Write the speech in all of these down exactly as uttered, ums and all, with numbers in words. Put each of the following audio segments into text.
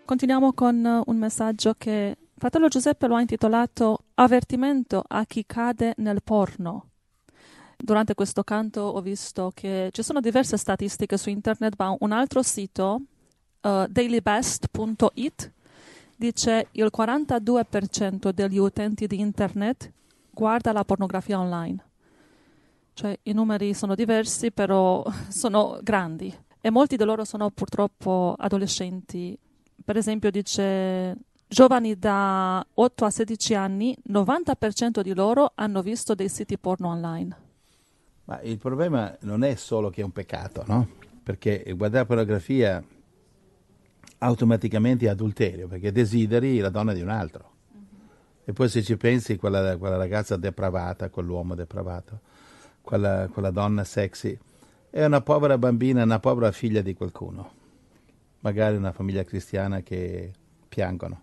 Continuiamo con uh, un messaggio che fratello Giuseppe lo ha intitolato Avvertimento a chi cade nel porno. Durante questo canto ho visto che ci sono diverse statistiche su internet, ma un altro sito, uh, dailybest punto it, dice il quarantadue per cento degli utenti di internet guarda la pornografia online. Cioè i numeri sono diversi, però sono grandi. E molti di loro sono purtroppo adolescenti. Per esempio dice giovani da otto a sedici anni, novanta per cento di loro hanno visto dei siti porno online. Ma il problema non è solo che è un peccato, no? Perché guardare pornografia automaticamente è adulterio, perché desideri la donna di un altro. Mm-hmm. E poi se ci pensi, quella, quella ragazza depravata, quell'uomo depravato, quella, quella donna sexy, è una povera bambina, una povera figlia di qualcuno. Magari una famiglia cristiana che piangono.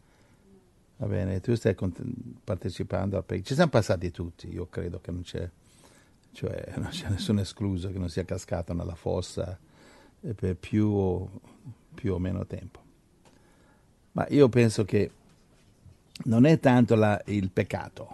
Va bene, tu stai cont- partecipando a peccato. Ci siamo passati tutti, io credo che non c'è, cioè non c'è nessuno escluso che non sia cascato nella fossa per più o, più o meno tempo. Ma io penso che non è tanto la, il peccato,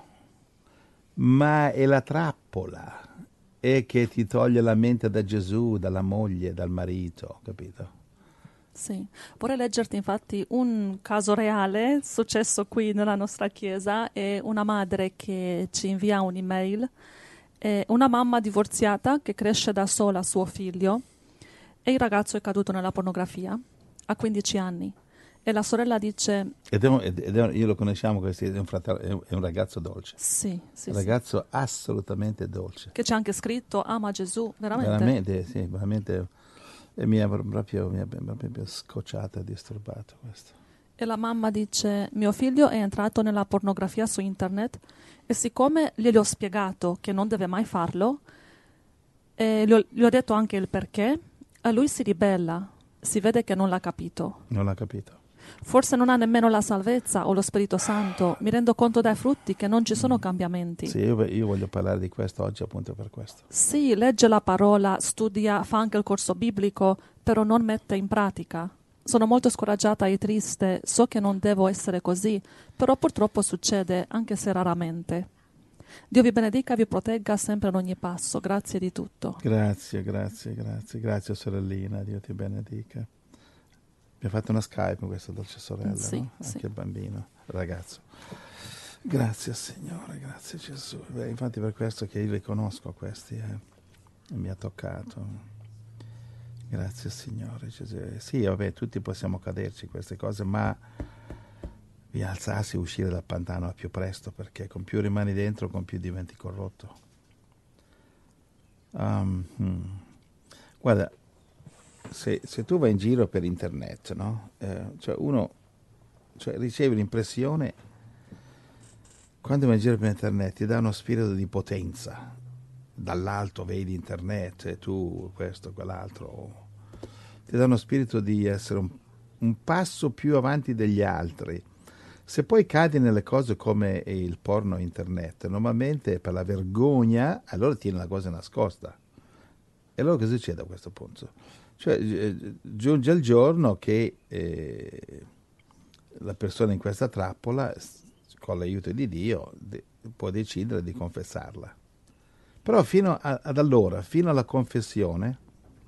ma è la trappola, è che ti toglie la mente da Gesù, dalla moglie, dal marito, capito? Sì, vorrei leggerti infatti un caso reale successo qui nella nostra chiesa. È una madre che ci invia un'email, è una mamma divorziata che cresce da sola suo figlio e il ragazzo è caduto nella pornografia a quindici anni e la sorella dice... Ed è un, ed è un, io lo conosciamo, questo è un, fratello, è un, è un ragazzo dolce. Sì, sì, un ragazzo sì. assolutamente dolce. Che c'è anche scritto ama Gesù, veramente? Veramente, sì, veramente... E mi ha proprio, mi ha proprio scocciato e disturbato questo. E la mamma dice, mio figlio è entrato nella pornografia su internet e siccome gliel'ho spiegato che non deve mai farlo, e gli ho, gli ho detto anche il perché, a lui si ribella, si vede che non l'ha capito. Non l'ha capito. Forse non ha nemmeno la salvezza o lo Spirito Santo. Mi rendo conto dai frutti che non ci sono cambiamenti. Sì, io, io voglio parlare di questo oggi appunto per questo. Sì, legge la parola, studia, fa anche il corso biblico, però non mette in pratica. Sono molto scoraggiata e triste, so che non devo essere così, però purtroppo succede, anche se raramente. Dio vi benedica e vi protegga sempre ad ogni passo. Grazie di tutto. Grazie, grazie, grazie. Grazie sorellina, Dio ti benedica. Mi ha fatto una Skype con questa dolce sorella, sì, no? sì. Anche il bambino, il ragazzo. Grazie Signore, grazie Gesù. Beh, infatti per questo che io li conosco questi, eh. E mi ha toccato. Grazie Signore Gesù. Sì, vabbè, tutti possiamo caderci queste cose, ma rialzarsi e uscire dal pantano al più presto, perché con più rimani dentro, con più diventi corrotto. Um, hmm. Guarda, Se, se tu vai in giro per internet, no? Eh, cioè uno cioè riceve l'impressione, quando vai in giro per internet, ti dà uno spirito di potenza. Dall'alto vedi internet, e tu questo, quell'altro. Ti dà uno spirito di essere un, un passo più avanti degli altri. Se poi cadi nelle cose come il porno internet, normalmente per la vergogna, allora tieni la cosa nascosta. E allora cosa succede a questo punto? Cioè giunge il giorno che eh, la persona in questa trappola, con l'aiuto di Dio, de- può decidere di confessarla. Però fino a, ad allora, fino alla confessione,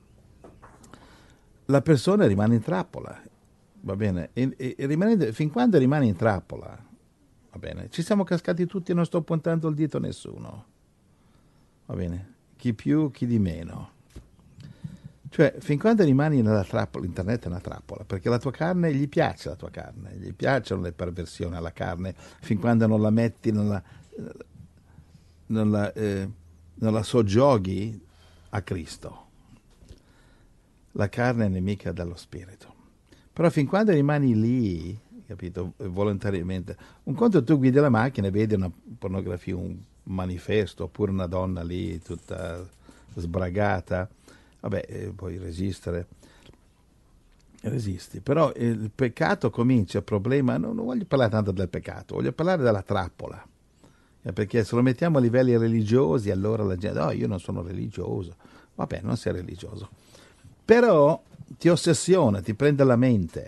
la persona rimane in trappola, va bene? E, e, e rimane, fin quando rimane in trappola, va bene? Ci siamo cascati tutti e non sto puntando il dito a nessuno, va bene? Chi più, chi di meno. Cioè, fin quando rimani nella trappola, l'internet è una trappola, perché la tua carne, gli piace la tua carne, gli piacciono le perversioni alla carne, fin quando non la metti, non la, non la, eh, non la soggioghi a Cristo. La carne è nemica dello spirito. Però fin quando rimani lì, capito, volontariamente, un conto tu guidi la macchina e vedi una pornografia, un manifesto, oppure una donna lì tutta sbragata, vabbè, eh, puoi resistere, resisti, però il peccato comincia, il problema, non, non voglio parlare tanto del peccato, voglio parlare della trappola, eh, perché se lo mettiamo a livelli religiosi, allora la gente, oh, io non sono religioso, vabbè, non sei religioso, però ti ossessiona, ti prende la mente,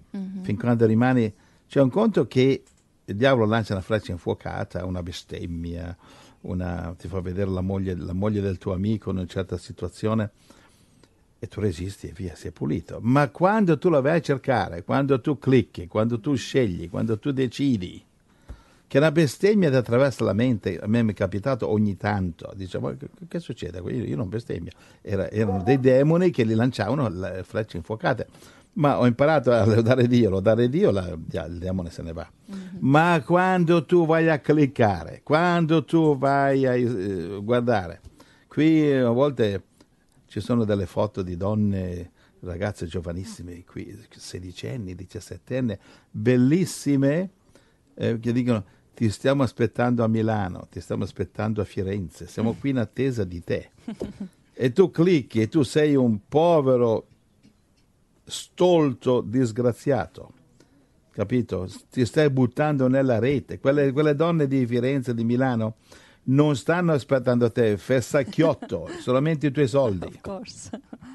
Mm-hmm. Fin quando rimani... C'è un conto che il diavolo lancia una freccia infuocata, una bestemmia, una, ti fa vedere la moglie, la moglie del tuo amico in una certa situazione e tu resisti e via, sei pulito. Ma quando tu la vai a cercare, quando tu clicchi, quando tu scegli, quando tu decidi che una bestemmia ti attraversa la mente, a me mi è capitato ogni tanto, dicevo, che, che succede? Io, io non bestemmio, Era, erano dei demoni che li lanciavano le frecce infuocate. Ma ho imparato a lodare Dio, lodare Dio, la, il demone se ne va. Mm-hmm. Ma quando tu vai a cliccare, quando tu vai a eh, guardare, qui a volte ci sono delle foto di donne, ragazze giovanissime, qui sedicenni, diciassettenni, bellissime, eh, che dicono ti stiamo aspettando a Milano, ti stiamo aspettando a Firenze, siamo qui in attesa di te. E tu clicchi e tu sei un povero stolto disgraziato, capito? Ti stai buttando nella rete. Quelle, quelle donne di Firenze, di Milano non stanno aspettando te, fessacchiotto, solamente i tuoi soldi. Of course.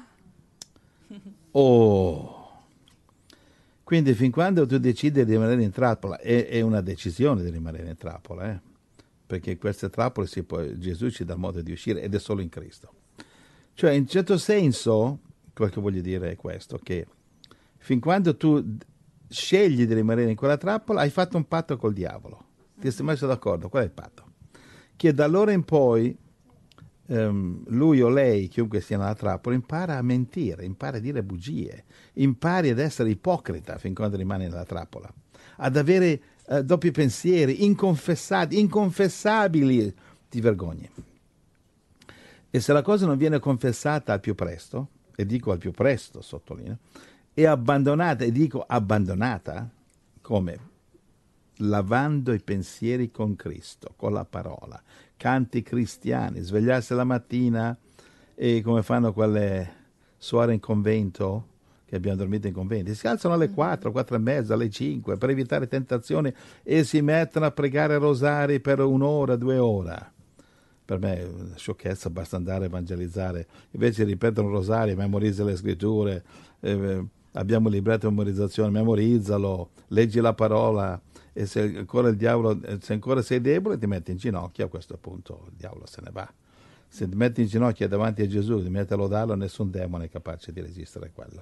Oh. Quindi fin quando tu decidi di rimanere in trappola, è, è una decisione di rimanere in trappola, eh? Perché queste trappole si può, Gesù ci dà modo di uscire ed è solo in Cristo. Cioè, in certo senso, quel che voglio dire è questo, che fin quando tu scegli di rimanere in quella trappola, hai fatto un patto col diavolo. Ti sei messo d'accordo? Qual è il patto? Che da allora in poi um, lui o lei, chiunque sia nella trappola, impara a mentire, impara a dire bugie, impari ad essere ipocrita fin quando rimani nella trappola, ad avere uh, doppi pensieri, inconfessati, inconfessabili, ti vergogni. E se la cosa non viene confessata al più presto, e dico al più presto, sottolineo, e abbandonata, e dico abbandonata, come? Lavando i pensieri con Cristo, con la parola, canti cristiani, svegliarsi la mattina e come fanno quelle suore in convento, che abbiamo dormito in convento, si alzano alle quattro, quattro e mezza, alle cinque, per evitare tentazioni e si mettono a pregare rosari per un'ora, due ore. Per me è una sciocchezza, basta andare a evangelizzare. Invece ripetono rosario, memorizza le scritture, eh, abbiamo il libretto di memorizzazione, memorizzalo, leggi la parola e se ancora il diavolo, se ancora sei debole ti metti in ginocchio, a questo punto il diavolo se ne va. Se ti metti in ginocchio davanti a Gesù, ti metti a lodarlo, nessun demone è capace di resistere a quello.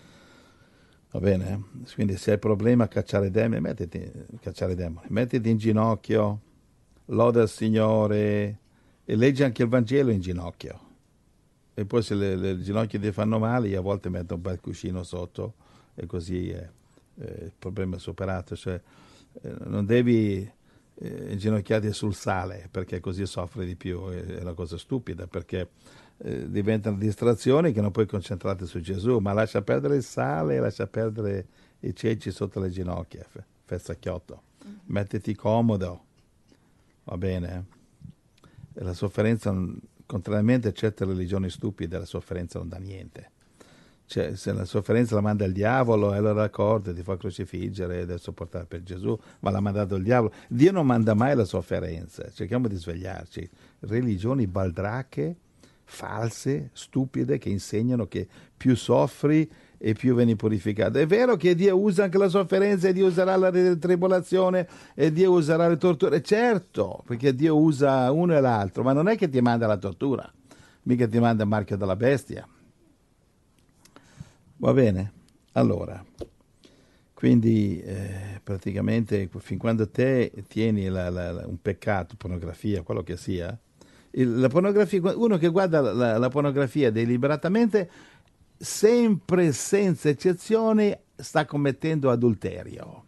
Va bene? Quindi se hai problema a cacciare demoni, mettiti, cacciare demoni, mettiti in ginocchio, loda il Signore, e leggi anche il Vangelo in ginocchio. E poi se le, le ginocchia ti fanno male, io a volte metto un bel cuscino sotto e così eh, eh, il problema è superato. Cioè, eh, non devi eh, inginocchiarti sul sale, perché così soffri di più. È, è una cosa stupida, perché eh, diventano distrazioni che non puoi concentrarti su Gesù, ma lascia perdere il sale, lascia perdere i ceci sotto le ginocchia, fessacchiotto. Mm-hmm. Mettiti comodo, va bene? La sofferenza, contrariamente a certe religioni stupide, la sofferenza non dà niente. Cioè, se la sofferenza la manda il diavolo, allora d'accordo, ti fa crocifiggere, devi sopportare per Gesù, ma l'ha mandato il diavolo. Dio non manda mai la sofferenza, cerchiamo di svegliarci. Religioni baldrache, false, stupide, che insegnano che più soffri e più vieni purificato. È vero che Dio usa anche la sofferenza e Dio userà la tribolazione e Dio userà le torture, certo, perché Dio usa uno e l'altro, ma non è che ti manda la tortura, mica ti manda il marchio della bestia. Va bene? Allora, quindi eh, praticamente fin quando te tieni la, la, la, un peccato, pornografia, quello che sia, il, la pornografia, uno che guarda la, la pornografia deliberatamente, sempre senza eccezione sta commettendo adulterio.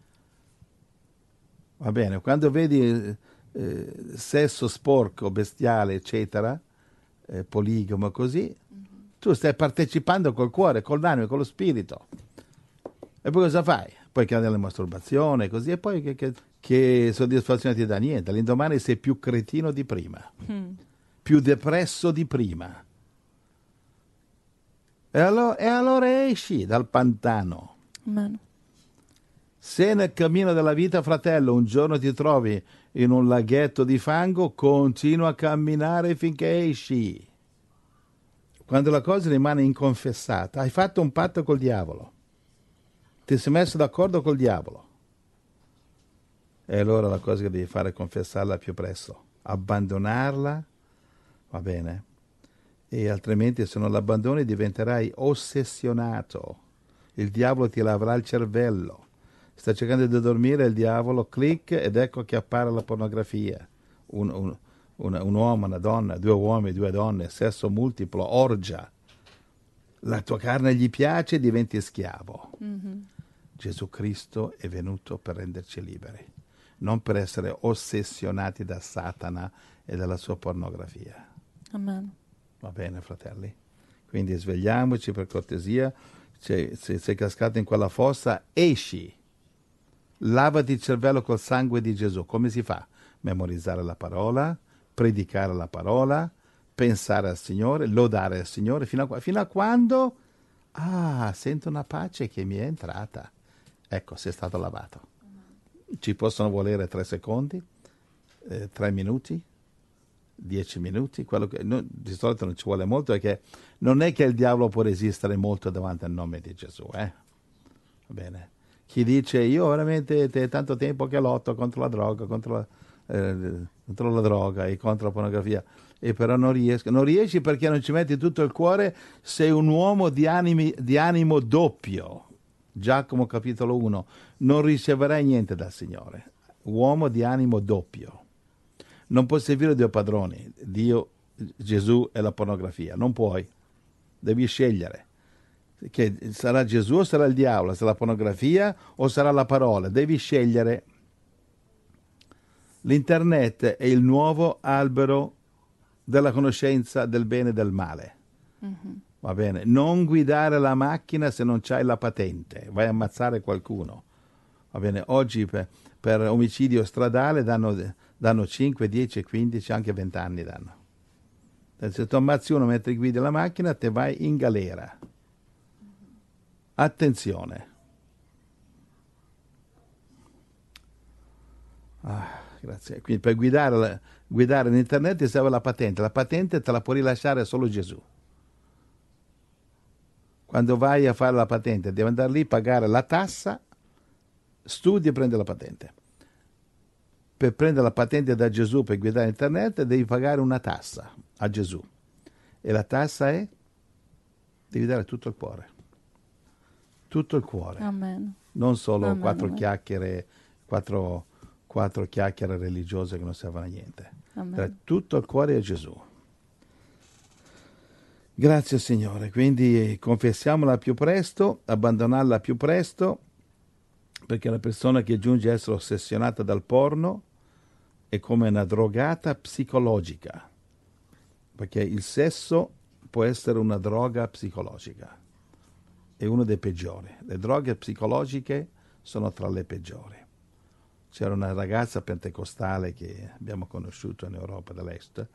Va bene, quando vedi eh, sesso sporco, bestiale, eccetera, eh, poligamo così, mm-hmm. tu stai partecipando col cuore, con l'anima, con lo spirito. E poi cosa fai? Poi cade nella masturbazione, così, e poi che, che, che soddisfazione ti dà? Niente. L'indomani sei più cretino di prima, mm. più depresso di prima. E allora, e allora esci dal pantano. Amen. Se nel cammino della vita, fratello, un giorno ti trovi in un laghetto di fango, continua a camminare finché esci. Quando la cosa rimane inconfessata, hai fatto un patto col diavolo. Ti sei messo d'accordo col diavolo. E allora la cosa che devi fare è confessarla al più presto, abbandonarla, va bene? E altrimenti se non l'abbandoni diventerai ossessionato. Il diavolo ti laverà il cervello. Sta cercando di dormire, il diavolo, clic, ed ecco che appare la pornografia. Un, un, un, un uomo, una donna, due uomini, due donne, sesso multiplo, orgia. La tua carne gli piace, diventi schiavo. Mm-hmm. Gesù Cristo è venuto per renderci liberi, non per essere ossessionati da Satana e dalla sua pornografia. Amen. Va bene, fratelli? Quindi svegliamoci per cortesia. Se sei cascato in quella fossa, esci. Lavati il cervello col sangue di Gesù. Come si fa? Memorizzare la parola, predicare la parola, pensare al Signore, lodare il Signore, fino a, fino a quando, ah, sento una pace che mi è entrata. Ecco, sei stato lavato. Ci possono volere tre secondi, eh, tre minuti, dieci minuti. Quello che, no, di solito non ci vuole molto, perché non è che il diavolo può resistere molto davanti al nome di Gesù. Eh? Va bene. Chi dice, io veramente è tanto tempo che lotto contro la droga, contro la, eh, contro la droga e contro la pornografia, e però non riesco. Non riesci perché non ci metti tutto il cuore, sei un uomo di, animi, di animo doppio. Giacomo capitolo uno, non riceverai niente dal Signore. Uomo di animo doppio. Non puoi servire due padroni, Dio, Gesù e la pornografia. Non puoi. Devi scegliere. Che sarà Gesù o sarà il diavolo? Sarà la pornografia o sarà la parola? Devi scegliere. L'internet è il nuovo albero della conoscenza del bene e del male. Mm-hmm. Va bene? Non guidare la macchina se non c'hai la patente. Vai a ammazzare qualcuno. Va bene? Oggi per, per omicidio stradale danno, danno cinque, dieci, quindici, anche venti anni danno. Se tu ammazzi uno mentre guidi la macchina, te vai in galera. Attenzione. Ah, grazie. Quindi per guidare, guidare in internet ti serve la patente. La patente te la può rilasciare solo Gesù. Quando vai a fare la patente devi andare lì, pagare la tassa, studi e prendi la patente. Per prendere la patente da Gesù per guidare internet devi pagare una tassa a Gesù. E la tassa è? Devi dare tutto il cuore. Tutto il cuore. Amen. Non solo Amen, quattro amen. chiacchiere, quattro, quattro chiacchiere religiose che non servono a niente. Amen. Dare tutto il cuore a Gesù. Grazie Signore. Quindi confessiamola più presto, abbandonarla più presto, perché la persona che giunge a essere ossessionata dal porno è come una drogata psicologica, perché il sesso può essere una droga psicologica. È uno dei peggiori. Le droghe psicologiche sono tra le peggiori. C'era una ragazza pentecostale che abbiamo conosciuto in Europa dell'Est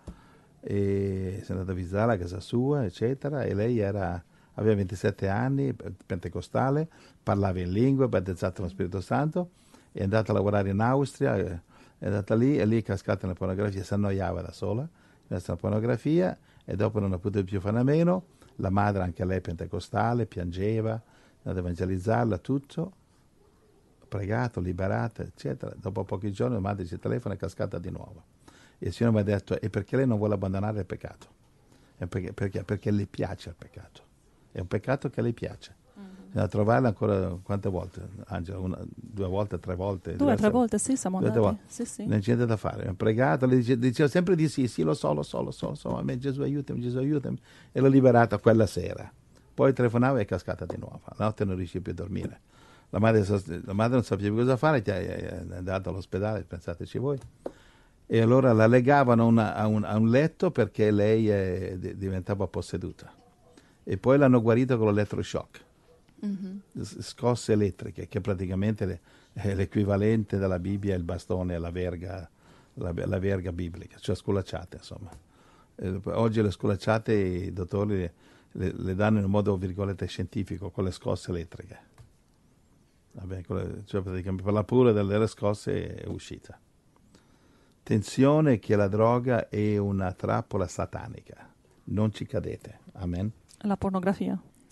e si è andata a visitare a casa sua, eccetera, e lei era, aveva ventisette anni, pentecostale, parlava in lingue, battezzata nello Spirito Santo, è andata a lavorare in Austria, è andata lì e lì è cascata nella pornografia, si annoiava da sola, è nella pornografia e dopo non ha potuto più fare a meno. La madre, anche lei pentecostale, piangeva, è andata a evangelizzarla, tutto, pregato, liberata, eccetera. Dopo pochi giorni la madre ci telefona e è cascata di nuovo. E il Signore mi ha detto, e perché lei non vuole abbandonare il peccato? È perché, perché, perché le piace il peccato. È un peccato che le piace. Mm-hmm. A trovarla ancora quante volte, Angela? Una, due volte, tre volte? Due o tre volte, sì, siamo andati. Sì, sì. Non c'è niente da fare. Ho pregato, le dice, diceva sempre di sì, sì, lo so, lo so, lo so, lo so, a me Gesù aiutami, Gesù aiutami. E l'ho liberata quella sera. Poi telefonava e è cascata di nuovo. La notte non riusciva più a dormire. La madre, la madre non sapeva più cosa fare, è andata all'ospedale, pensateci voi. E allora la legavano una, a, un, a un letto perché lei è, diventava posseduta. E poi l'hanno guarita con l'elettroshock. Mm-hmm. Scosse elettriche, che praticamente è l'equivalente della Bibbia, il bastone e la verga, la, la verga biblica, cioè sculacciate, insomma. Eh, oggi le sculacciate i dottori le, le, le danno in un modo, virgolette, scientifico, con le scosse elettriche. Vabbè, le, cioè praticamente per la paura delle scosse è uscita. Attenzione che la droga è una trappola satanica, non ci cadete. Amen. La pornografia, sì.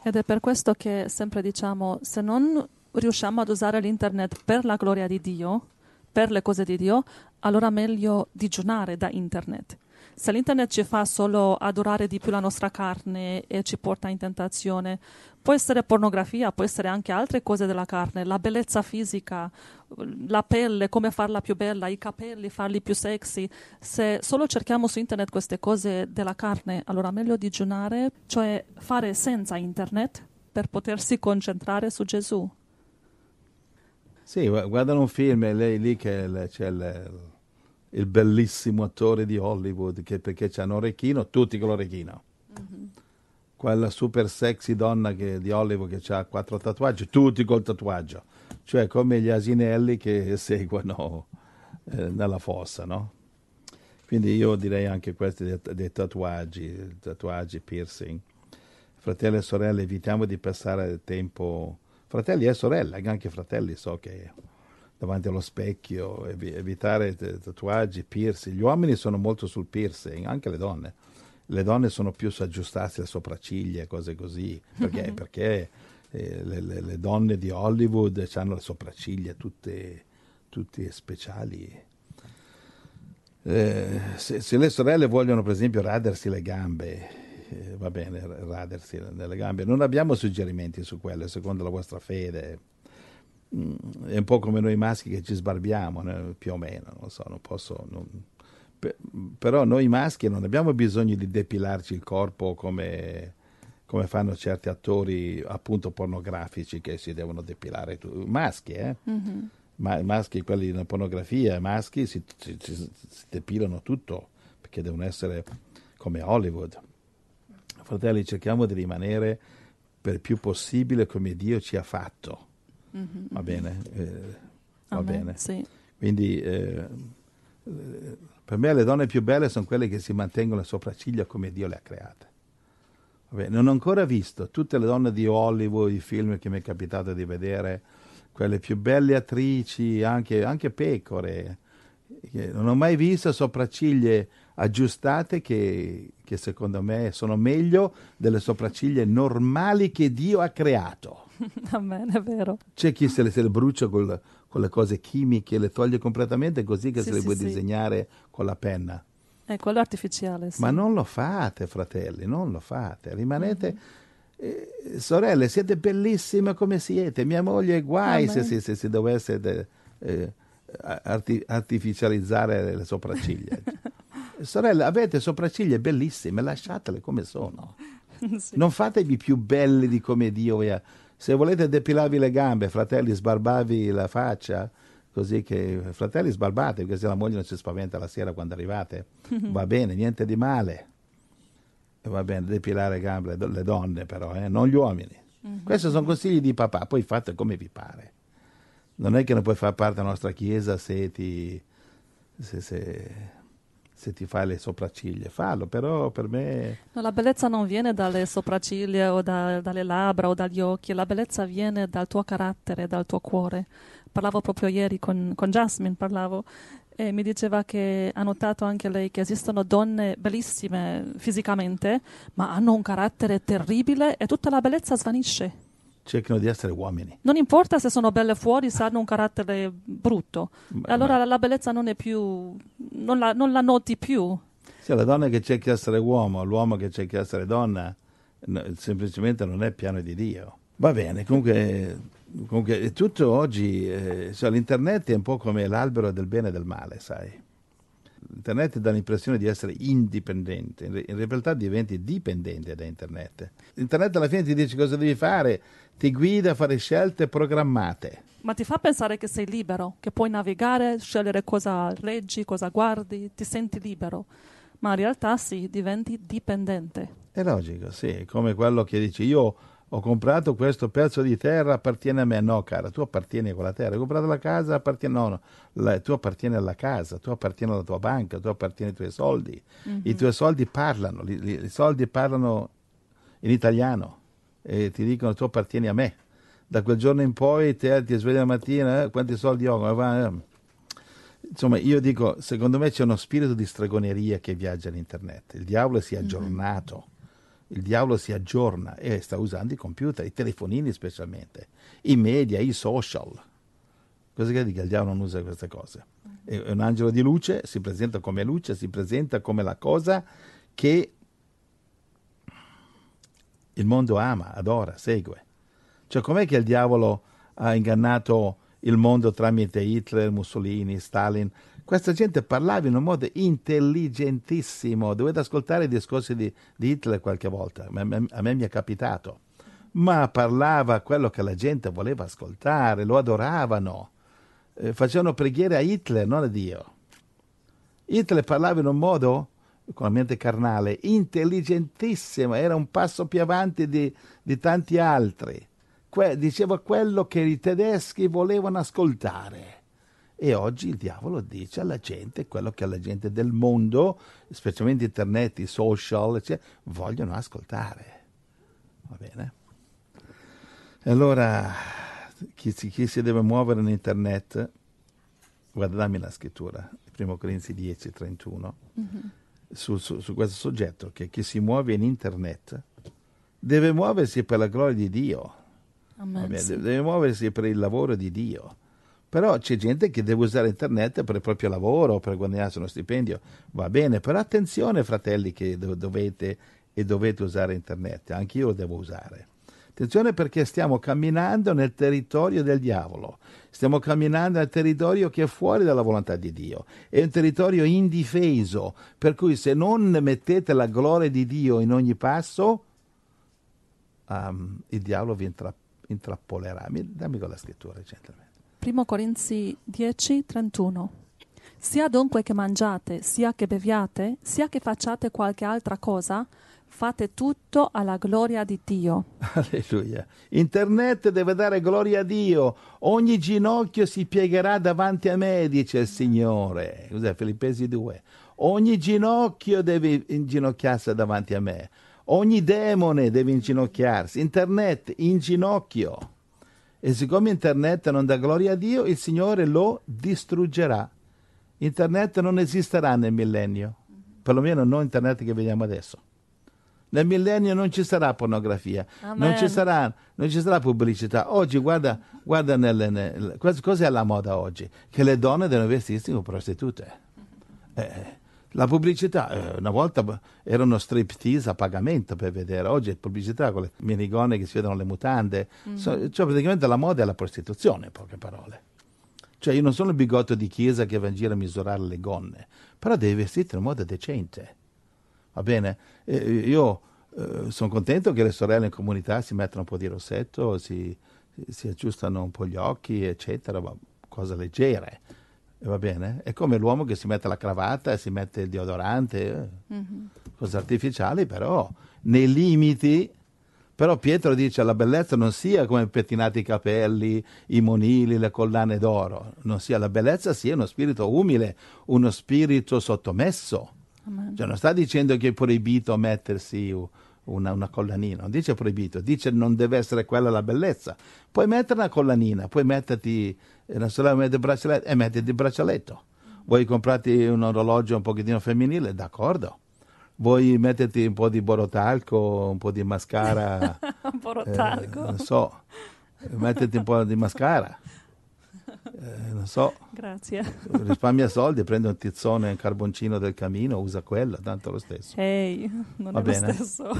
Ed è per questo che sempre diciamo, se non riusciamo ad usare l'internet per la gloria di Dio, per le cose di Dio, allora meglio digiunare da internet. Se l'internet ci fa solo adorare di più la nostra carne e ci porta in tentazione, può essere pornografia, può essere anche altre cose della carne, la bellezza fisica, la pelle, come farla più bella, i capelli, farli più sexy. Se solo cerchiamo su internet queste cose della carne, allora meglio digiunare, cioè fare senza internet per potersi concentrare su Gesù. Sì, guardano un film e lei lì che c'è il, il bellissimo attore di Hollywood che perché c'ha un orecchino, tutti con l'orecchino. Mm-hmm. Quella super sexy donna che, di Hollywood che ha quattro tatuaggi, tutti col tatuaggio. Cioè come gli asinelli che seguono eh, nella fossa, no? Quindi io direi anche questi dei, dei tatuaggi, tatuaggi, piercing. Fratelli e sorelle, evitiamo di passare tempo... Fratelli e sorelle, anche fratelli so che davanti allo specchio, ev- evitare tatuaggi, piercing. Gli uomini sono molto sul piercing, anche le donne. Le donne sono più su aggiustarsi le sopracciglia, cose così, perché, mm-hmm. perché eh, le, le, le donne di Hollywood hanno le sopracciglia tutte, tutte speciali. Eh, se, se le sorelle vogliono per esempio radersi le gambe, Eh, va bene, radersi nelle gambe. Non abbiamo suggerimenti su quello, secondo la vostra fede. Mm, è un po' come noi maschi che ci sbarbiamo, né? Più o meno, non so, non posso... Non... Pe- però noi maschi non abbiamo bisogno di depilarci il corpo come, come fanno certi attori appunto pornografici che si devono depilare. Tu. Maschi, eh? Mm-hmm. Ma, maschi, quelli di pornografia, maschi si, si, si, si depilano tutto, perché devono essere come Hollywood. Fratelli, cerchiamo di rimanere per più possibile come Dio ci ha fatto. Mm-hmm. Va bene? Eh, va Amen, bene. Sì. Quindi eh, per me le donne più belle sono quelle che si mantengono le sopracciglia come Dio le ha create. Va bene? Non ho ancora visto tutte le donne di Hollywood, i film che mi è capitato di vedere, quelle più belle attrici, anche, anche pecore. Non ho mai visto sopracciglia aggiustate che, che secondo me sono meglio delle sopracciglia normali che Dio ha creato. Amen, è vero. C'è chi se le, se le brucia col, con le cose chimiche, le toglie completamente così che sì, se le sì, puoi sì. disegnare con la penna. È quello artificiale, sì. Ma non lo fate, fratelli, non lo fate. Rimanete... Mm-hmm. Eh, sorelle, siete bellissime come siete. Mia moglie è guai se, se, se si dovesse... De, eh, Arti- artificializzare le sopracciglia. Sorelle, avete sopracciglia bellissime, lasciatele come sono. Sì. Non fatevi più belli di come Dio vi ha. Se volete depilarvi le gambe, fratelli, sbarbavi la faccia, così che fratelli sbarbate, perché se la moglie non si spaventa la sera quando arrivate, mm-hmm. va bene, niente di male. Va bene, depilare le gambe, le donne però, eh, non gli uomini. Mm-hmm. Questi sono consigli di papà, poi fate come vi pare. Non è che non puoi far parte della nostra chiesa se ti, se, se, se ti fai le sopracciglia. Fallo, però per me... No, la bellezza non viene dalle sopracciglia o da, dalle labbra o dagli occhi. La bellezza viene dal tuo carattere, dal tuo cuore. Parlavo proprio ieri con, con Jasmine, parlavo, e mi diceva che ha notato anche lei che esistono donne bellissime fisicamente, ma hanno un carattere terribile e tutta la bellezza svanisce. Cercano di essere uomini. Non importa se sono belle fuori, se hanno un carattere brutto. Ma, allora ma... la bellezza non è più, non la, non la noti più. Sì, la donna che cerca di essere uomo, l'uomo che cerca di essere donna, no, semplicemente non è piano di Dio. Va bene, comunque, comunque tutto oggi, eh, cioè, l'internet è un po' come l'albero del bene e del male, sai. L'internet dà l'impressione di essere indipendente, in realtà diventi dipendente da internet. L'internet alla fine ti dice cosa devi fare, ti guida a fare scelte programmate. Ma ti fa pensare che sei libero, che puoi navigare, scegliere cosa leggi, cosa guardi, ti senti libero. Ma in realtà sì, diventi dipendente. È logico, sì, è come quello che dici io ho comprato questo pezzo di terra, appartiene a me. No, cara, tu appartieni a quella terra. Hai comprato la casa, appartiene... No, no, la, tu appartieni alla casa, tu appartieni alla tua banca, tu appartieni ai tuoi soldi. Mm-hmm. I tuoi soldi parlano, li, li, i soldi parlano in italiano e ti dicono tu appartieni a me. Da quel giorno in poi te ti svegli la mattina, eh, quanti soldi ho? Insomma, io dico, secondo me c'è uno spirito di stregoneria che viaggia in internet. Il diavolo si è aggiornato. Mm-hmm. Il diavolo si aggiorna e sta usando i computer, i telefonini specialmente, i media, i social. Cosa che dica? Il diavolo non usa queste cose. È un angelo di luce, si presenta come luce, si presenta come la cosa che il mondo ama, adora, segue. Cioè, com'è che il diavolo ha ingannato il mondo tramite Hitler, Mussolini, Stalin? Questa gente parlava in un modo intelligentissimo. Dovete ascoltare i discorsi di, di Hitler qualche volta. A me, a me mi è capitato. Ma parlava quello che la gente voleva ascoltare, lo adoravano. Eh, facevano preghiere a Hitler, non a Dio. Hitler parlava in un modo, con la mente carnale, intelligentissimo. Era un passo più avanti di, di tanti altri. Que- diceva quello che i tedeschi volevano ascoltare. E oggi il diavolo dice alla gente quello che la gente del mondo, specialmente internet, i social, eccetera, vogliono ascoltare. Va bene? E allora, chi si, chi si deve muovere in internet, guarda, dammi la scrittura, primo Corinzi dieci, trentuno, mm-hmm. su, su, su questo soggetto, che chi si muove in internet deve muoversi per la gloria di Dio. Amen, Vabbè, sì. Deve muoversi per il lavoro di Dio. Però c'è gente che deve usare internet per il proprio lavoro, per guadagnarsi uno stipendio, va bene, però attenzione fratelli che dovete e dovete usare internet, anche io lo devo usare. Attenzione perché stiamo camminando nel territorio del diavolo, stiamo camminando nel territorio che è fuori dalla volontà di Dio, è un territorio indifeso, per cui se non mettete la gloria di Dio in ogni passo, um, il diavolo vi intra- intrappolerà. Dammi con la scrittura, gentlemen. Primo Corinzi dieci, trentuno. Sia dunque che mangiate, sia che beviate, sia che facciate qualche altra cosa, fate tutto alla gloria di Dio. Alleluia. Internet deve dare gloria a Dio. Ogni ginocchio si piegherà davanti a me, dice il Signore. Cos'è? Filippesi due. Ogni ginocchio deve inginocchiarsi davanti a me. Ogni demone deve inginocchiarsi. Internet in ginocchio. E siccome internet non dà gloria a Dio, il Signore lo distruggerà. Internet non esisterà nel millennio, perlomeno non internet che vediamo adesso. Nel millennio non ci sarà pornografia, non ci sarà, non ci sarà pubblicità. Oggi guarda, guarda nel, nel, cos'è la moda oggi? Che le donne devono vestirsi come prostitute. Eh, la pubblicità, eh, una volta erano striptease a pagamento per vedere, oggi è pubblicità con le minigone che si vedono le mutande. Mm. So, cioè praticamente la moda è la prostituzione, in poche parole. Cioè io non sono il bigotto di chiesa che va in giro a misurare le gonne, però devi vestirti in modo decente. Va bene? Eh, io eh, sono contento che le sorelle in comunità si mettano un po' di rossetto, si, si aggiustano un po' gli occhi, eccetera, cose leggere. Va bene? È come l'uomo che si mette la cravatta e si mette il deodorante, mm-hmm. cose artificiali, però nei limiti. Però Pietro dice la bellezza non sia come pettinati i capelli, i monili, le collane d'oro, non sia la bellezza sia uno spirito umile, uno spirito sottomesso. Amen. Cioè non sta dicendo che è proibito mettersi una, una collanina, non dice proibito, dice non deve essere quella la bellezza. Puoi mettere una collanina, puoi metterti una sorella mette il braccialetto e mettiti il braccialetto. Vuoi comprarti un orologio un pochettino femminile? D'accordo. Vuoi metterti un po' di borotalco, un po' di mascara? Borotalco? Eh, non so, metterti un po' di mascara. Eh, non so. Grazie. Risparmia soldi, prende un tizzone, un carboncino del camino, usa quello, tanto lo stesso. Ehi, hey, non Va è bene? lo stesso.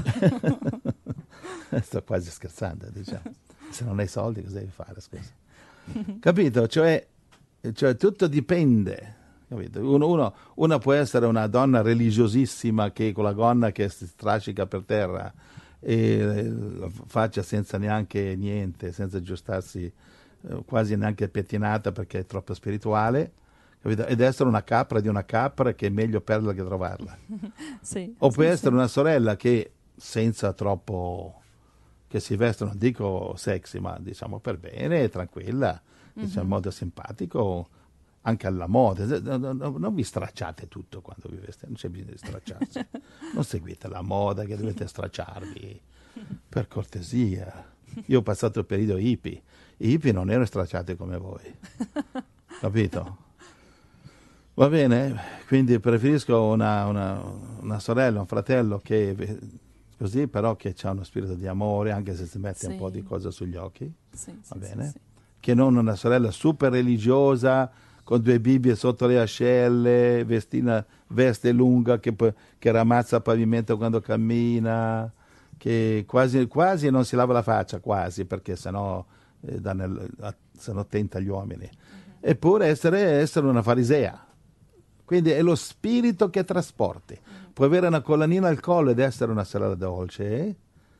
Sto quasi scherzando, diciamo. Se non hai soldi cosa devi fare, scusa? Capito? Cioè, cioè tutto dipende. Uno, uno, una può essere una donna religiosissima che con la gonna che si strascica per terra e la faccia senza neanche niente, senza aggiustarsi, eh, quasi neanche pettinata perché è troppo spirituale, capito? Ed essere una capra di una capra che è meglio perderla che trovarla. Sì, o sì, può essere sì. una sorella che senza troppo, che si veste, non dico sexy, ma diciamo per bene, tranquilla, mm-hmm. diciamo in modo simpatico, anche alla moda. Non vi stracciate tutto quando vi vestite, non c'è bisogno di stracciarsi. Non seguite la moda che dovete stracciarvi, per cortesia. Io ho passato il periodo hippie, i hippie non erano stracciati come voi, capito? Va bene? Quindi preferisco una, una, una sorella, un fratello che così però che c'è uno spirito di amore, anche se si mette Sì. un po' di cosa sugli occhi, Sì, va sì, bene? sì, sì. Che non una sorella super religiosa con due Bibbie sotto le ascelle, vestina, veste lunga che, p- che ramazza il pavimento quando cammina, che quasi, quasi non si lava la faccia, quasi, perché sennò, eh, dà nel- a- sennò tenta gli uomini. Eppure essere, essere una farisea. Quindi è lo spirito che trasporti. Puoi avere una collanina al collo ed essere una sorella dolce, eh?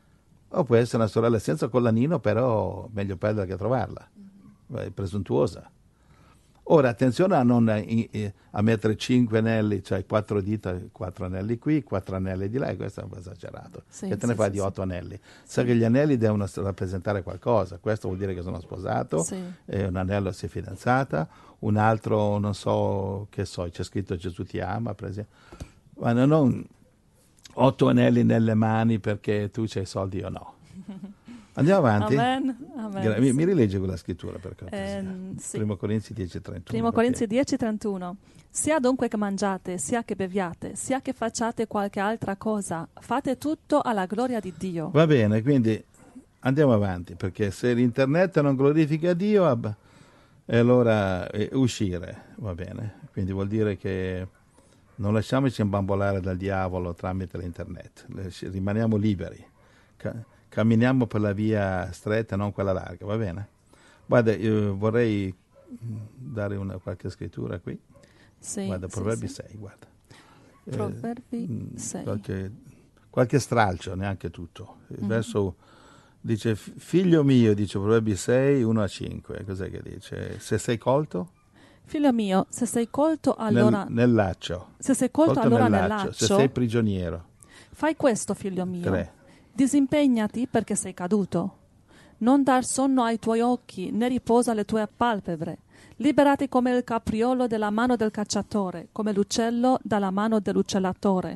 O può essere una sorella senza collanino, però meglio perderla che trovarla. È presuntuosa. Ora, attenzione a non eh, a mettere cinque anelli, cioè quattro dita, quattro anelli qui, quattro anelli di là, e questo è un po' esagerato. Sì, che te ne sì, fai sì, di sì. otto anelli? Sa che gli anelli devono rappresentare qualcosa. Questo vuol dire che sono sposato, Sì. e un anello si è fidanzata, un altro, non so, che so, c'è scritto Gesù ti ama, per esempio. Ma non otto anelli nelle mani perché tu c'hai soldi o no. Andiamo avanti? Amen, amen, Gra- mi, sì. mi rilegge quella scrittura per cortesia. Ehm, sì. Primo Corinzi dieci trentuno. Primo perché- Corinzi dieci trentuno. Sia dunque che mangiate, sia che beviate, sia che facciate qualche altra cosa, fate tutto alla gloria di Dio. Va bene, quindi andiamo avanti, perché se l'internet non glorifica Dio, ab- e allora eh, uscire, va bene. Quindi vuol dire che non lasciamoci imbambolare dal diavolo tramite l'internet, Le- rimaniamo liberi, Ca- camminiamo per la via stretta, non quella larga, va bene? Guarda, io vorrei mm, dare una qualche scrittura qui. Sì, Guarda, sì, Proverbi sì. sei, guarda. Eh, Proverbi mm, sei. Qualche, qualche stralcio, neanche tutto. Il Mhm. verso dice, figlio mio, dice Proverbi sei, uno a cinque, cos'è che dice? Se sei colto Figlio mio, se sei colto allora, nel, nel laccio, se sei colto, allora nel nel laccio, se laccio, sei prigioniero. fai questo, figlio mio. Tre. Disimpegnati perché sei caduto. Non dar sonno ai tuoi occhi, né riposo alle tue palpebre. Liberati come il capriolo dalla mano del cacciatore, come l'uccello dalla mano dell'uccellatore.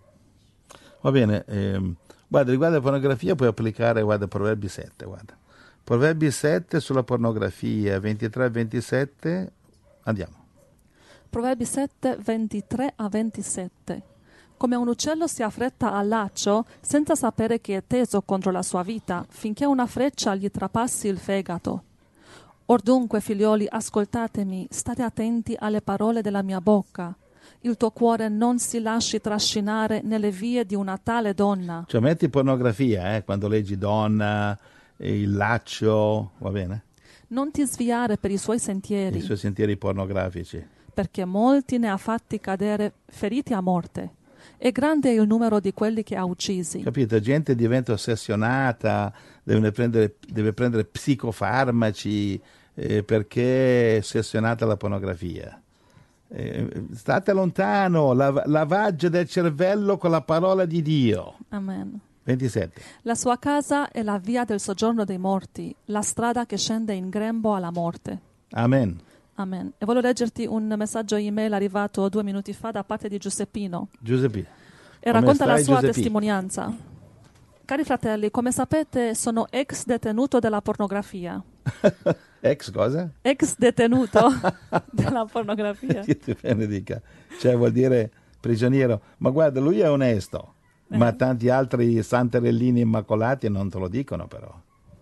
Va bene, ehm, guarda, riguardo la pornografia puoi applicare, guarda, Proverbi sette, guarda. Proverbi sette sulla pornografia, ventitré e ventisette, andiamo. Proverbi sette, ventitré a ventisette. Come un uccello si affretta al laccio, senza sapere che è teso contro la sua vita, finché una freccia gli trapassi il fegato. Or dunque, figlioli, ascoltatemi, state attenti alle parole della mia bocca. Il tuo cuore non si lasci trascinare nelle vie di una tale donna. Cioè metti pornografia, eh, quando leggi donna, eh, il laccio, va bene? Non ti sviare per i suoi sentieri, I suoi sentieri pornografici. perché molti ne ha fatti cadere feriti a morte. E grande è il numero di quelli che ha uccisi. Capito? Gente diventa ossessionata, deve prendere, deve prendere psicofarmaci eh, perché è ossessionata alla pornografia. Eh, state lontano, lav- lavaggio del cervello con la parola di Dio. Amen. ventisette. La sua casa è la via del soggiorno dei morti, la strada che scende in grembo alla morte. Amen. Amen. E voglio leggerti un messaggio email arrivato due minuti fa da parte di Giuseppino. Giuseppe. E Come racconta la stai, sua Giuseppi? testimonianza. Cari fratelli, come sapete sono ex detenuto della pornografia. Ex cosa? Ex detenuto della pornografia. Che ti benedica. Cioè vuol dire prigioniero. Ma guarda, lui è onesto. Eh. Ma tanti altri santerellini immacolati non te lo dicono però.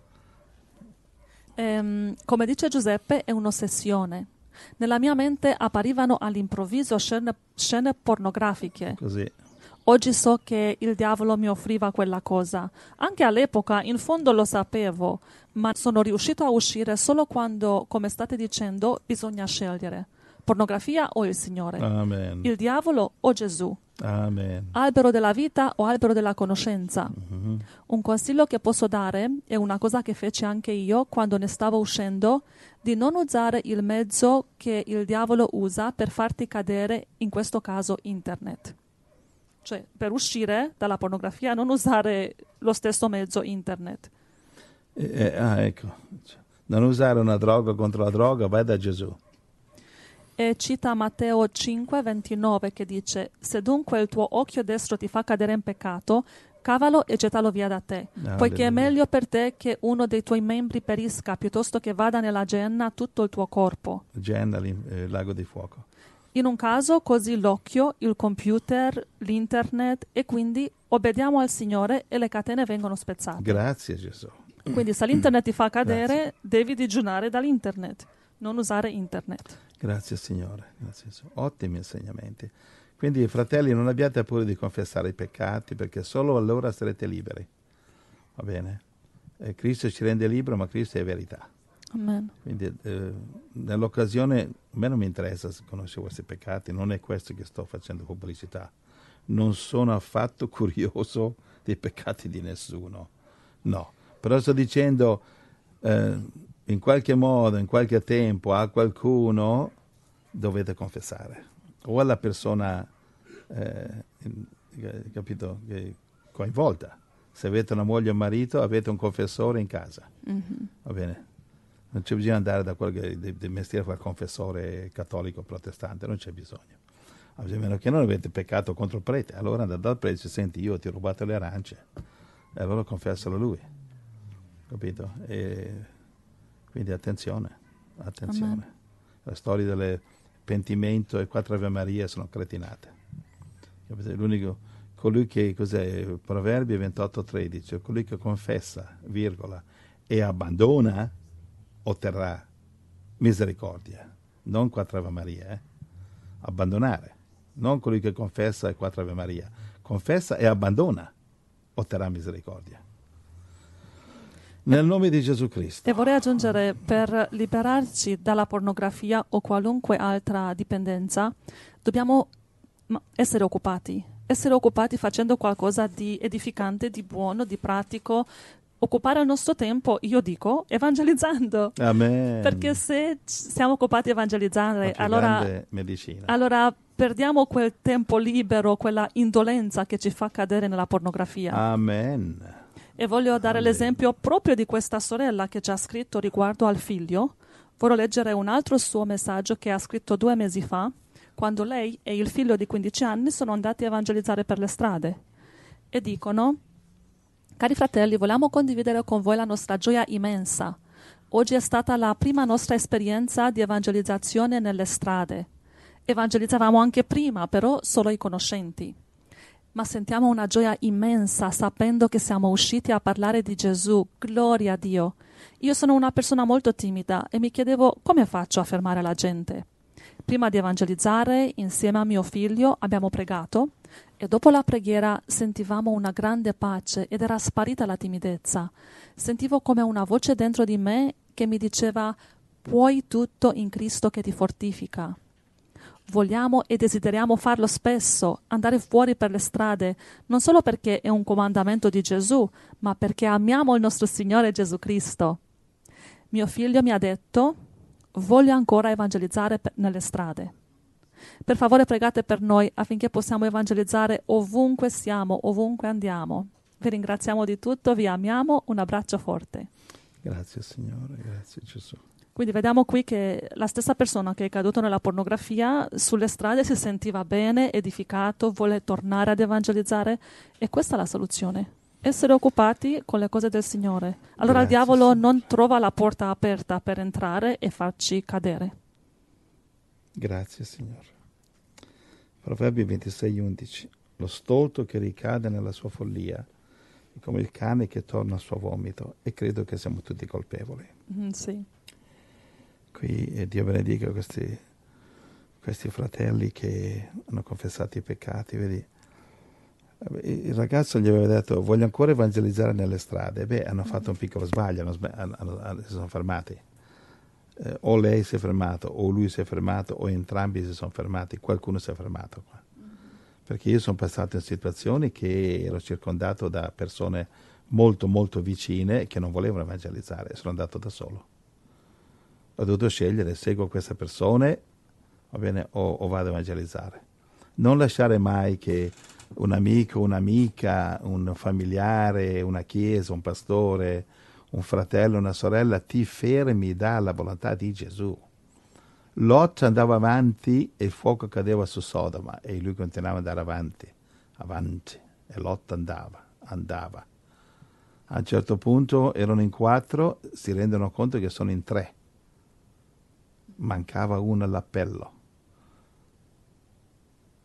Ehm, come dice Giuseppe, è un'ossessione. Nella mia mente apparivano all'improvviso scene, scene pornografiche. Così. Oggi so che il diavolo mi offriva quella cosa. Anche all'epoca, in fondo lo sapevo, ma sono riuscito a uscire solo quando, come state dicendo, bisogna scegliere. Pornografia o il Signore? Amen. Il diavolo o Gesù? Amen. Albero della vita o albero della conoscenza? Mhm. Un consiglio che posso dare, è una cosa che feci anche io quando ne stavo uscendo, di non usare il mezzo che il diavolo usa per farti cadere, in questo caso internet. Cioè, per uscire dalla pornografia non usare lo stesso mezzo internet. Eh, eh, ah, ecco. Non usare una droga contro la droga, vai da Gesù. E cita Matteo cinque ventinove che dice: se dunque il tuo occhio destro ti fa cadere in peccato, cavalo e gettalo via da te, Ah, poiché è alleluia. meglio per te che uno dei tuoi membri perisca piuttosto che vada nella genna tutto il tuo corpo. Genna, il lago di fuoco. In un caso così l'occhio, il computer, l'internet, e quindi obbediamo al Signore e le catene vengono spezzate. Grazie Gesù. Quindi se l'internet ti fa cadere, Grazie. devi digiunare dall'internet, non usare internet. Grazie Signore, grazie Gesù. Ottimi insegnamenti. Quindi fratelli, non abbiate paura di confessare i peccati, perché solo allora sarete liberi. Va bene? Eh, Cristo ci rende liberi, ma Cristo è verità. Amen. Quindi eh, nell'occasione, a me non mi interessa se conoscevo questi peccati, non è questo che sto facendo pubblicità. Non sono affatto curioso dei peccati di nessuno. No. Però sto dicendo, eh, in qualche modo, in qualche tempo, a qualcuno dovete confessare. O alla persona, eh, capito, che coinvolta. Se avete una moglie o un marito, avete un confessore in casa. Mm-hmm. Va bene? Non c'è bisogno di andare da quello che del, del mestiere fa il confessore cattolico protestante, non c'è bisogno. A meno che non avete peccato contro il prete, allora andate dal prete e senti, io ti ho rubato le arance, e allora confessalo lui. Capito? E quindi attenzione, attenzione. Amen. La storia del pentimento e quattro Ave Maria sono cretinate. Capito? L'unico, colui che, cos'è, Proverbi ventotto tredici, colui che confessa, virgola, e abbandona, otterrà misericordia. Non quattro Ave Maria, eh? Abbandonare. Non colui che confessa e quattro Ave Maria. Confessa e abbandona, otterrà misericordia. Nel nome di Gesù Cristo. E vorrei aggiungere, per liberarci dalla pornografia o qualunque altra dipendenza, dobbiamo essere occupati, essere occupati facendo qualcosa di edificante, di buono, di pratico, occupare il nostro tempo, io dico, evangelizzando. Amen. Perché se siamo occupati a evangelizzare, allora, medicina. allora perdiamo quel tempo libero, quella indolenza che ci fa cadere nella pornografia. Amen. E voglio dare Alleluia. l'esempio proprio di questa sorella che ci ha scritto riguardo al figlio. Vorrei leggere un altro suo messaggio che ha scritto due mesi fa, quando lei e il figlio di quindici anni sono andati a evangelizzare per le strade. E dicono: cari fratelli, vogliamo condividere con voi la nostra gioia immensa. Oggi è stata la prima nostra esperienza di evangelizzazione nelle strade. Evangelizzavamo anche prima, però solo i conoscenti. Ma sentiamo una gioia immensa sapendo che siamo usciti a parlare di Gesù. Gloria a Dio. Io sono una persona molto timida e mi chiedevo come faccio a fermare la gente. Prima di evangelizzare, insieme a mio figlio, abbiamo pregato e dopo la preghiera sentivamo una grande pace ed era sparita la timidezza. Sentivo come una voce dentro di me che mi diceva: puoi tutto in Cristo che ti fortifica. Vogliamo e desideriamo farlo spesso, andare fuori per le strade, non solo perché è un comandamento di Gesù, ma perché amiamo il nostro Signore Gesù Cristo. Mio figlio mi ha detto: voglio ancora evangelizzare nelle strade. Per favore pregate per noi affinché possiamo evangelizzare ovunque siamo, ovunque andiamo. Vi ringraziamo di tutto, vi amiamo, un abbraccio forte. Grazie Signore, grazie Gesù. Quindi vediamo qui che la stessa persona che è caduta nella pornografia sulle strade si sentiva bene, edificato, vuole tornare ad evangelizzare, e questa è la soluzione. Essere occupati con le cose del Signore. Allora Grazie, il diavolo Signore. non trova la porta aperta per entrare e farci cadere. Grazie Signore. Proverbi ventisei undici. Lo stolto che ricade nella sua follia è come il cane che torna al suo vomito, e credo che siamo tutti colpevoli. Mm, sì. Qui eh, Dio benedica questi, questi fratelli che hanno confessato i peccati, vedi? Il ragazzo gli aveva detto: voglio ancora evangelizzare nelle strade. Beh, hanno fatto un piccolo sbaglio, hanno, hanno, hanno, si sono fermati. Eh, o lei si è fermato, o lui si è fermato, o entrambi si sono fermati. Qualcuno si è fermato qua. Perché io sono passato in situazioni che ero circondato da persone molto molto vicine che non volevano evangelizzare, sono andato da solo. Ho dovuto scegliere: seguo queste persone, va bene, o, o vado a evangelizzare. Non lasciare mai che un amico, un'amica, un familiare, una chiesa, un pastore, un fratello, una sorella ti fermi dalla volontà di Gesù. Lot andava avanti e il fuoco cadeva su Sodoma, e lui continuava ad andare avanti, avanti, e Lot andava, andava. A un certo punto erano in quattro, si rendono conto che sono in tre. Mancava uno all'appello.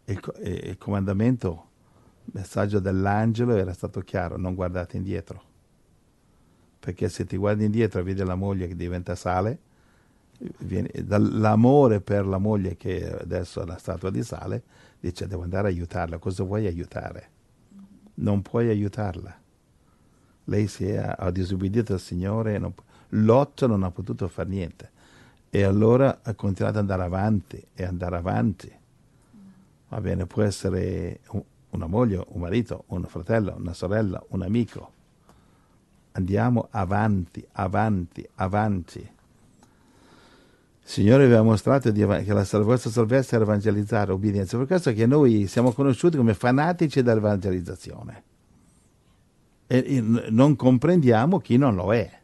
il, il comandamento, il messaggio dell'angelo era stato chiaro: non guardate indietro, perché se ti guardi indietro e vedi la moglie che diventa sale, viene, dall'amore per la moglie che adesso è la statua di sale, dice devo andare a aiutarla. Cosa vuoi aiutare? Non puoi aiutarla. Lei si è, ha disobbedito al Signore, non, Lot non ha potuto fare niente, e allora ha continuato ad andare avanti e andare avanti. Va bene, può essere un, una moglie, un marito, un fratello, una sorella, un amico. Andiamo avanti, avanti, avanti. Il Signore aveva mostrato di, che la vostra salvezza era evangelizzare, obbedienza. Per questo che noi siamo conosciuti come fanatici dell'evangelizzazione. E, e non comprendiamo chi non lo è.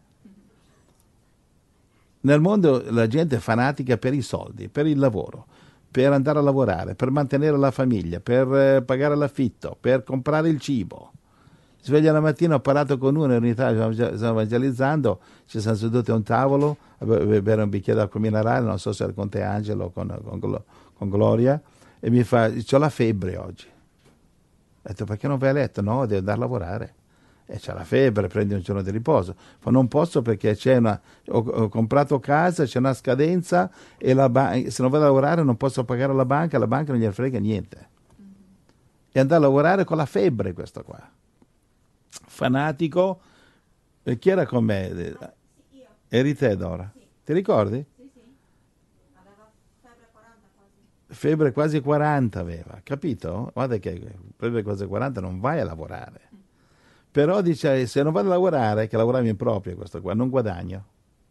Nel mondo la gente è fanatica per i soldi, per il lavoro, per andare a lavorare, per mantenere la famiglia, per eh, pagare l'affitto, per comprare il cibo. Sveglia la mattina, ho parlato con uno in Italia, stiamo evangelizzando, ci siamo seduti a un tavolo a bere un bicchiere d'acqua minerale, non so se era con te Angelo o con, con, con Gloria, e mi fa, c'ho la febbre oggi. Ho detto, perché non vai a letto? No, devo andare a lavorare. E c'è la febbre, prendi un giorno di riposo. Ma non posso perché c'è una, ho, ho comprato casa, c'è una scadenza e la ba- se non vado a lavorare non posso pagare la banca, la banca non gliene frega niente. Mm-hmm. E andare a lavorare con la febbre, questo qua. Fanatico. E chi era con me? Ah, sì, io. Eri te, Dora? Sì. Ti ricordi? Sì, sì. Aveva febbre quaranta quasi. Febbre quasi quaranta aveva, capito? Guarda che febbre quasi quaranta non vai a lavorare. Mm. Però dice, se non vado a lavorare, che lavoravo in proprio questo qua, non guadagno.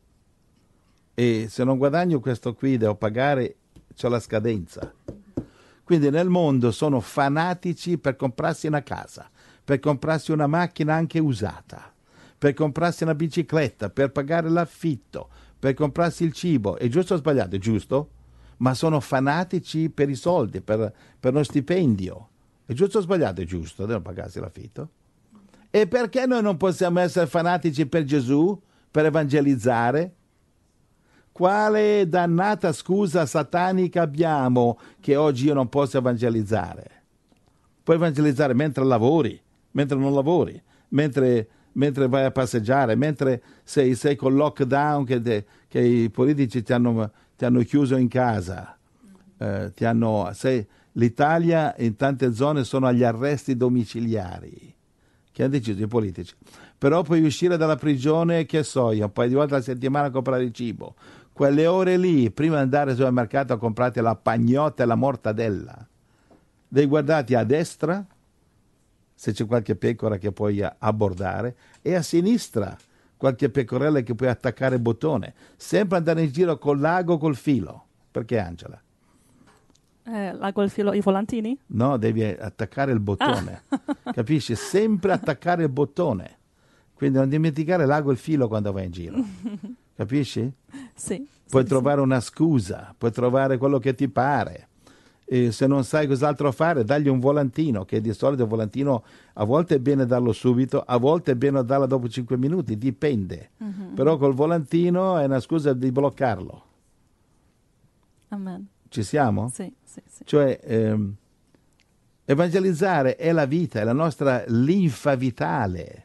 E se non guadagno questo qui devo pagare, c'ho la scadenza. Quindi nel mondo sono fanatici per comprarsi una casa, per comprarsi una macchina anche usata, per comprarsi una bicicletta, per pagare l'affitto, per comprarsi il cibo. È giusto o sbagliato? È giusto, ma sono fanatici per i soldi, per, per uno stipendio. È giusto o sbagliato? È giusto, devono pagarsi l'affitto. E perché noi non possiamo essere fanatici per Gesù, per evangelizzare? Quale dannata scusa satanica abbiamo che oggi io non posso evangelizzare? Puoi evangelizzare mentre lavori, mentre non lavori, mentre, mentre vai a passeggiare, mentre sei, sei con lockdown che, te, che i politici ti hanno, ti hanno chiuso in casa. Eh, ti hanno, sei, l'Italia in tante zone sono agli arresti domiciliari che hanno deciso i politici. Però puoi uscire dalla prigione, che so io, un paio di volte alla settimana a comprare il cibo. Quelle ore lì, prima di andare sul mercato a comprare la pagnotta e la mortadella, devi guardarti a destra, se c'è qualche pecora che puoi abbordare, e a sinistra qualche pecorella che puoi attaccare il bottone. Sempre andare in giro col lago, col filo. Perché, Angela? Eh, l'ago il filo, i volantini? No, devi attaccare il bottone. Ah. Capisci? Sempre attaccare il bottone. Quindi non dimenticare l'ago e il filo quando vai in giro. Capisci? Sì. Puoi sì, trovare sì. una scusa, puoi trovare quello che ti pare. E se non sai cos'altro fare, dagli un volantino, che di solito il volantino a volte è bene darlo subito, a volte è bene darlo dopo cinque minuti, dipende. Mm-hmm. Però col volantino è una scusa di bloccarlo. Amen. Ci siamo? Sì, sì, sì. Cioè, ehm, evangelizzare è la vita, è la nostra linfa vitale.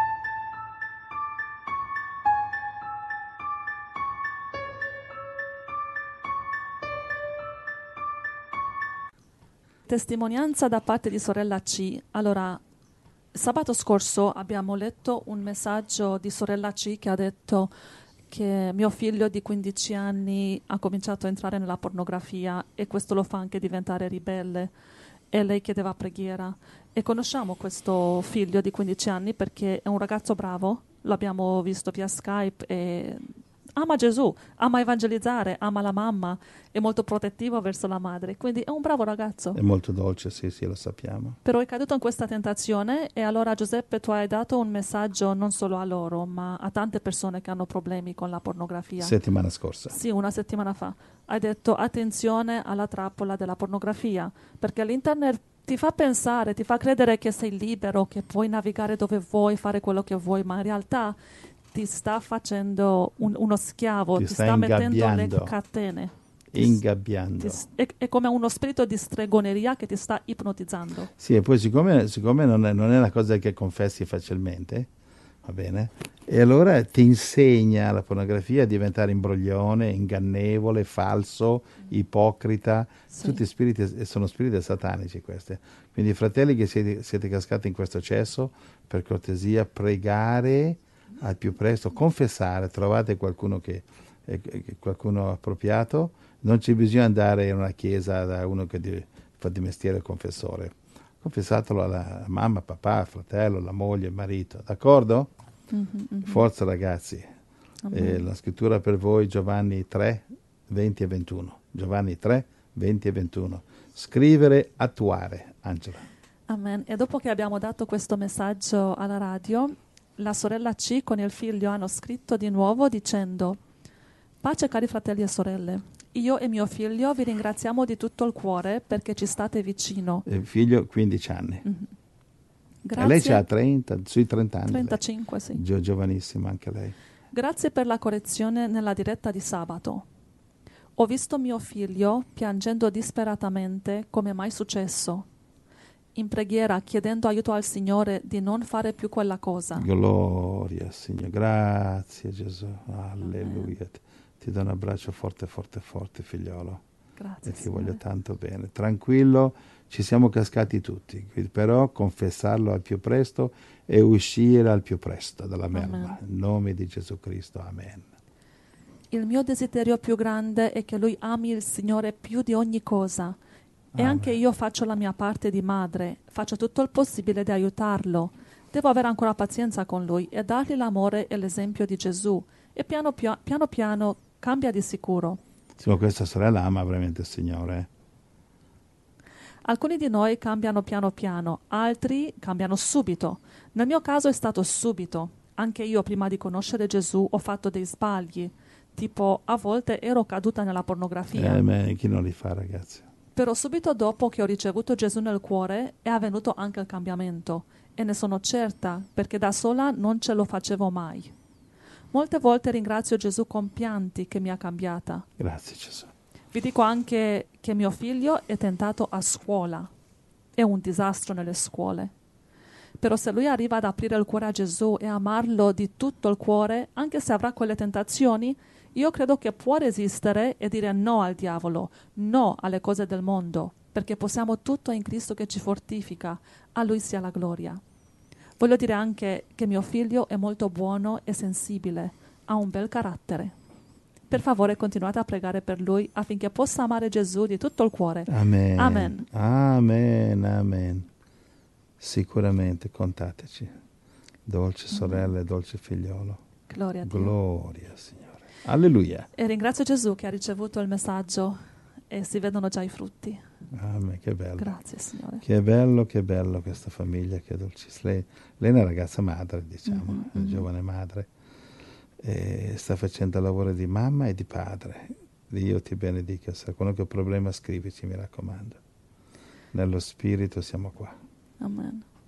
Testimonianza da parte di sorella C. Allora, sabato scorso abbiamo letto un messaggio di sorella C che ha detto che mio figlio di quindici anni ha cominciato a entrare nella pornografia e questo lo fa anche diventare ribelle, e lei chiedeva preghiera. E conosciamo questo figlio di quindici anni perché è un ragazzo bravo, l'abbiamo visto via Skype e ama Gesù, ama evangelizzare, ama la mamma, è molto protettivo verso la madre, quindi è un bravo ragazzo. È molto dolce, sì, sì, lo sappiamo. Però è caduto in questa tentazione e allora Giuseppe tu hai dato un messaggio non solo a loro, ma a tante persone che hanno problemi con la pornografia. Settimana scorsa. Sì, una settimana fa. Hai detto attenzione alla trappola della pornografia, perché l'internet ti fa pensare, ti fa credere che sei libero, che puoi navigare dove vuoi, fare quello che vuoi, ma in realtà ti sta facendo un, uno schiavo, ti, ti sta mettendo le catene. Ti- ingabbiando. ti- è, è come uno spirito di stregoneria che ti sta ipnotizzando. Sì, e poi siccome, siccome non, è, non è una cosa che confessi facilmente, va bene? E allora ti insegna la pornografia a diventare imbroglione, ingannevole, falso, ipocrita. Sì. Tutti spiriti, e sono spiriti satanici questi. Quindi fratelli che siete, siete cascati in questo cesso, per cortesia pregare al più presto, confessare, trovate qualcuno che eh, che- qualcuno appropriato, non c'è bisogno di andare in una chiesa da uno che di- fa di mestiere il confessore. Confessatelo alla mamma, papà, fratello, la moglie, il marito, d'accordo? Mhm, mhm. Forza ragazzi. Amen. Eh, la scrittura per voi Giovanni tre, venti e ventuno. Giovanni tre, venti e ventuno. Scrivere, attuare. Angela. Amen. E dopo che abbiamo dato questo messaggio alla radio, la sorella C con il figlio hanno scritto di nuovo dicendo: pace cari fratelli e sorelle, io e mio figlio vi ringraziamo di tutto il cuore perché ci state vicino. Il figlio quindici anni. Mhm. E lei Grazie. ha trenta, sui trenta anni. lei. trentacinque, sì. Gio- giovanissima anche lei. Grazie per la correzione nella diretta di sabato. Ho visto mio figlio piangendo disperatamente come mai successo, in preghiera chiedendo aiuto al Signore di non fare più quella cosa. Gloria Signore, grazie Gesù, alleluia. Ti, ti do un abbraccio forte, forte, forte figliolo Grazie, e ti Signore. voglio tanto bene. Tranquillo, ci siamo cascati tutti, però confessarlo al più presto e uscire al più presto dalla merda. Amen. In nome di Gesù Cristo, amen. Il mio desiderio più grande è che lui ami il Signore più di ogni cosa. E Amen. anche io faccio la mia parte di madre, faccio tutto il possibile di aiutarlo. Devo avere ancora pazienza con lui e dargli l'amore e l'esempio di Gesù. E piano pia- piano, piano cambia di sicuro. Sì, ma questa sorella ama veramente il Signore. eh. Alcuni di noi cambiano piano piano, altri cambiano subito. Nel mio caso è stato subito. Anche io prima di conoscere Gesù ho fatto dei sbagli. Tipo, a volte ero caduta nella pornografia. Eh, ma chi non li fa, ragazzi? Però subito dopo che ho ricevuto Gesù nel cuore è avvenuto anche il cambiamento. E ne sono certa, perché da sola non ce lo facevo mai. Molte volte ringrazio Gesù con pianti che mi ha cambiata. Grazie Gesù. Vi dico anche che mio figlio è tentato a scuola. È un disastro nelle scuole. Però se lui arriva ad aprire il cuore a Gesù e amarlo di tutto il cuore, anche se avrà quelle tentazioni, io credo che può resistere e dire no al diavolo, no alle cose del mondo, perché possiamo tutto in Cristo che ci fortifica. A lui sia la gloria. Voglio dire anche che mio figlio è molto buono e sensibile, ha un bel carattere. Per favore continuate a pregare per lui affinché possa amare Gesù di tutto il cuore. Amen. Amen. Amen, amen. Sicuramente contateci. Dolce sorella e dolce figliolo. Gloria a Dio. Gloria, Signore. Alleluia. E ringrazio Gesù che ha ricevuto il messaggio e si vedono già i frutti. Amen, che bello. Grazie, Signore. Che bello, che bello questa famiglia, che dolcissima. Lei, lei è una ragazza madre, diciamo, Mhm, una mhm. giovane madre. E sta facendo il lavoro di mamma e di padre. Dio ti benedica. Se hai qualunque problema scrivici, mi raccomando. Nello spirito siamo qua. Amen.